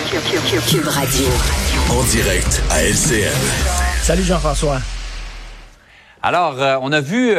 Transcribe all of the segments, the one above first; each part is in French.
Cube Radio. En direct à LCN. Salut Jean-François. Alors, on a vu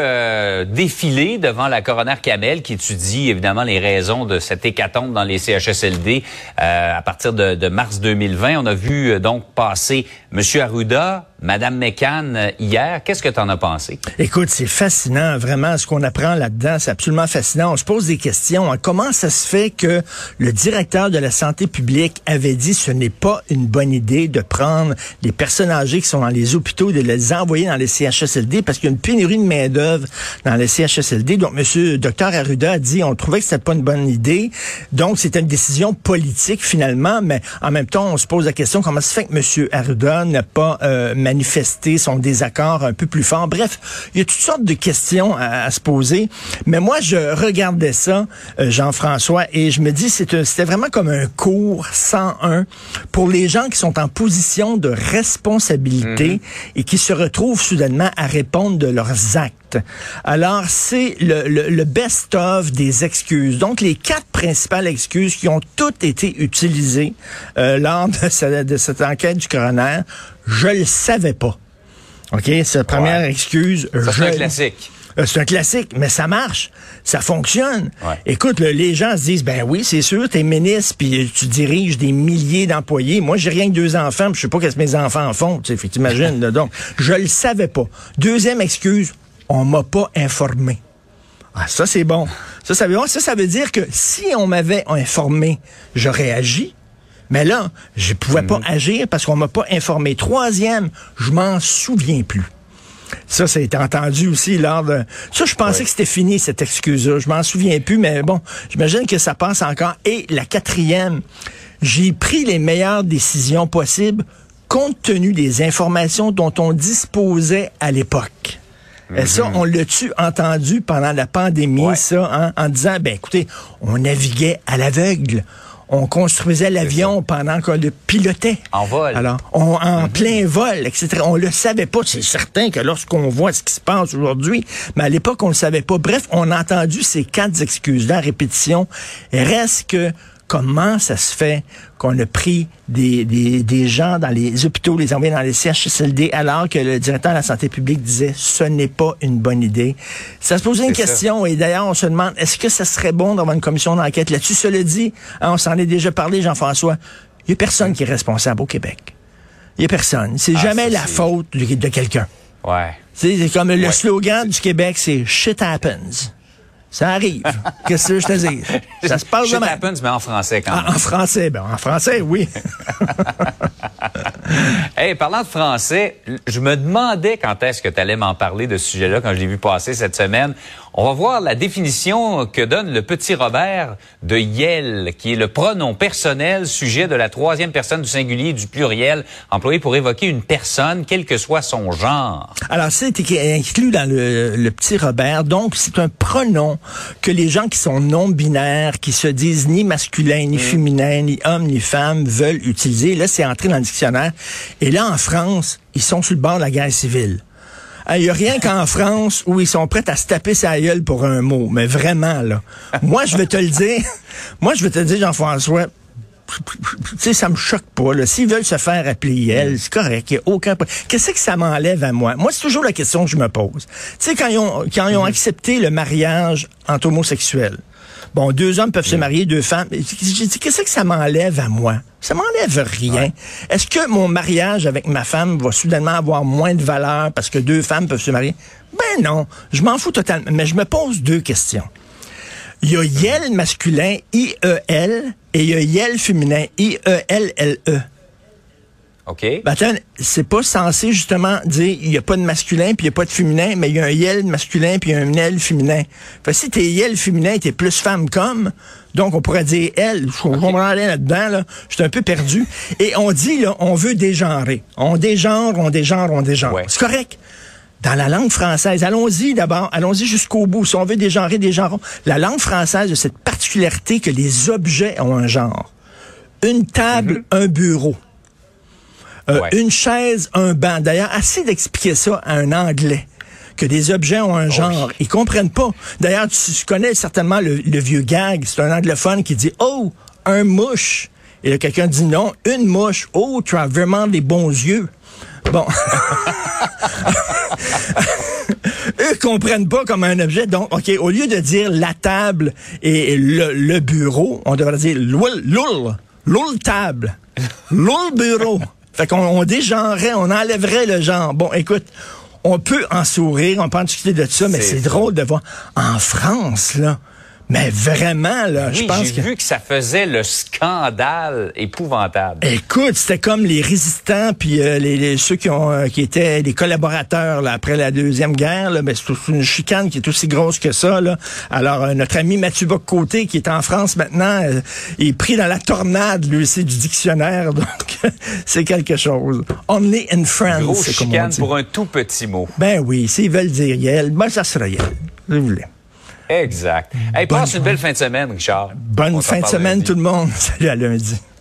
défiler devant la coroner Kamel qui étudie évidemment les raisons de cette hécatombe dans les CHSLD à partir de mars 2020. On a vu donc passer M. Arruda, Mme McCann hier. Qu'est-ce que tu en as pensé? Écoute, c'est fascinant, vraiment, ce qu'on apprend là-dedans, c'est absolument fascinant. On se pose des questions. Comment ça se fait que le directeur de la santé publique avait dit que ce n'est pas une bonne idée de prendre les personnes âgées qui sont dans les hôpitaux et de les envoyer dans les CHSLD parce qu'il y a une pénurie de main-d'œuvre dans les CHSLD. Donc, Dr Arruda a dit on trouvait que c'était pas une bonne idée. Donc, c'était une décision politique finalement, mais en même temps, on se pose la question comment ça se fait que M. Arruda n'a pas manifester son désaccord un peu plus fort. Bref, il y a toutes sortes de questions à se poser. Mais moi, je regardais ça, Jean-François, et je me dis, c'était vraiment comme un cours 101 pour les gens qui sont en position de responsabilité et qui se retrouvent soudainement à répondre de leurs actes. Alors, c'est le best-of des excuses. Donc, les 4 principales excuses qui ont toutes été utilisées lors de cette enquête du coroner, je le savais pas. OK? C'est la première excuse. Ça, c'est un classique. C'est un classique, mais ça marche. Ça fonctionne. Ouais. Écoute, les gens se disent, ben oui, c'est sûr, t'es ministre, puis tu diriges des milliers d'employés. Moi, j'ai rien que 2 enfants, puis je sais pas qu'est-ce que mes enfants font. Tu sais, t'imagines, là, donc, je le savais pas. Deuxième excuse, on m'a pas informé. Ah, ça, c'est bon. Ça veut dire que si on m'avait informé, j'aurais agi. Mais là, je pouvais pas agir parce qu'on m'a pas informé. Troisième, je m'en souviens plus. Ça a été entendu aussi lors de... Ça, je pensais que c'était fini, cette excuse-là. Je m'en souviens plus, mais bon, j'imagine que ça passe encore. Et la 4e, j'ai pris les meilleures décisions possibles compte tenu des informations dont on disposait à l'époque. Et ça, on l'a-tu entendu pendant la pandémie, ça, hein, en disant, ben écoutez, on naviguait à l'aveugle. On construisait l'avion pendant qu'on le pilotait. En vol. Alors, en plein vol, etc. On le savait pas. C'est certain que lorsqu'on voit ce qui se passe aujourd'hui, mais à l'époque, on le savait pas. Bref, on a entendu ces 4 excuses-là à répétition. Reste que, comment ça se fait qu'on a pris des gens dans les hôpitaux, les envoyés dans les CHSLD, alors que le directeur de la santé publique disait ce n'est pas une bonne idée. Ça se posait une question, et d'ailleurs, on se demande, est-ce que ça serait bon d'avoir une commission d'enquête là-dessus? Cela dit, on s'en est déjà parlé, Jean-François, il n'y a personne qui est responsable au Québec. Il n'y a personne. C'est jamais la faute de quelqu'un. Ouais. C'est comme le slogan du Québec, c'est « shit happens ». Ça arrive. Qu'est-ce que je te dis? Ça se passe de même. Shit happens, mais en français quand même. En français, oui. Hey, parlant de français, je me demandais quand est-ce que tu allais m'en parler de ce sujet-là quand je l'ai vu passer cette semaine. On va voir la définition que donne le petit Robert de Yel, qui est le pronom personnel sujet de la 3e personne du singulier du pluriel employé pour évoquer une personne, quel que soit son genre. Alors, c'est inclus dans le petit Robert. Donc, c'est un pronom que les gens qui sont non-binaires, qui se disent ni masculin, ni féminin, ni homme, ni femme, veulent utiliser. Là, c'est entré dans le dictionnaire. Et là, en France, ils sont sur le bord de la guerre civile. Il n'y a rien qu'en France où ils sont prêts à se taper sa gueule pour un mot. Mais vraiment, là. Moi, je vais te le dire, Jean-François, tu sais, ça me choque pas, là. S'ils veulent se faire appeler elle, c'est correct. Il n'y a aucun... Qu'est-ce que ça m'enlève à moi? Moi, c'est toujours la question que je me pose. Tu sais, quand ils ont accepté le mariage entre homosexuels, bon, 2 hommes peuvent se marier, 2 femmes. Qu'est-ce que ça m'enlève à moi? Ça m'enlève rien. Ouais. Est-ce que mon mariage avec ma femme va soudainement avoir moins de valeur parce que 2 femmes peuvent se marier? Ben non, je m'en fous totalement. Mais je me pose 2 questions. Il y a Yel masculin, I-E-L, et il y a Yel féminin, I-E-L-L-E. OK. Ben attends, c'est pas censé justement dire il y a pas de masculin puis il y a pas de féminin, mais il y a un Yel masculin puis il y a un Yel féminin. Fait que si t'es Yel féminin, t'es plus femme comme, donc on pourrait dire elle. Je comprends rien là-dedans, là. Je suis un peu perdu. Et on dit, là, on veut dégenrer. On dégenre. Ouais. C'est correct. Dans la langue française, allons-y d'abord, allons-y jusqu'au bout. Si on veut dégenrer, dégenrons. La langue française a cette particularité que les objets ont un genre. Une table, un bureau. Une chaise, un banc. D'ailleurs, assez d'expliquer ça à un Anglais, que des objets ont un genre. Ils comprennent pas. D'ailleurs, tu connais certainement le vieux gag. C'est un anglophone qui dit « Oh, un mouche ». Et là, quelqu'un dit non, une mouche. Oh, tu as vraiment des bons yeux. Bon. Eux comprennent pas comme un objet. Donc, OK, au lieu de dire la table et le bureau, on devrait dire l'oul table, l'oul bureau. Fait qu'on dégenrerait, on enlèverait le genre. Bon, écoute, on peut en sourire, on peut en discuter de ça, mais c'est drôle de voir. En France, là, mais vraiment, là, oui, je pense j'ai vu que ça faisait le scandale épouvantable. Écoute, c'était comme les résistants, puis ceux qui étaient les collaborateurs là, après la Deuxième Guerre, là, mais c'est une chicane qui est aussi grosse que ça. Là. Alors, notre ami Mathieu Bock-Côté, qui est en France maintenant, est pris dans la tornade, lui aussi, du dictionnaire, donc c'est quelque chose. Only in France, Grosse c'est comme on chicane dit. pour un tout petit mot. Ben oui, s'ils veulent dire Yel, ben ça sera Yel, si vous voulez. Exact. Hey, passe une belle fin de semaine, Richard. Bonne fin de semaine, tout le monde. Salut, à lundi.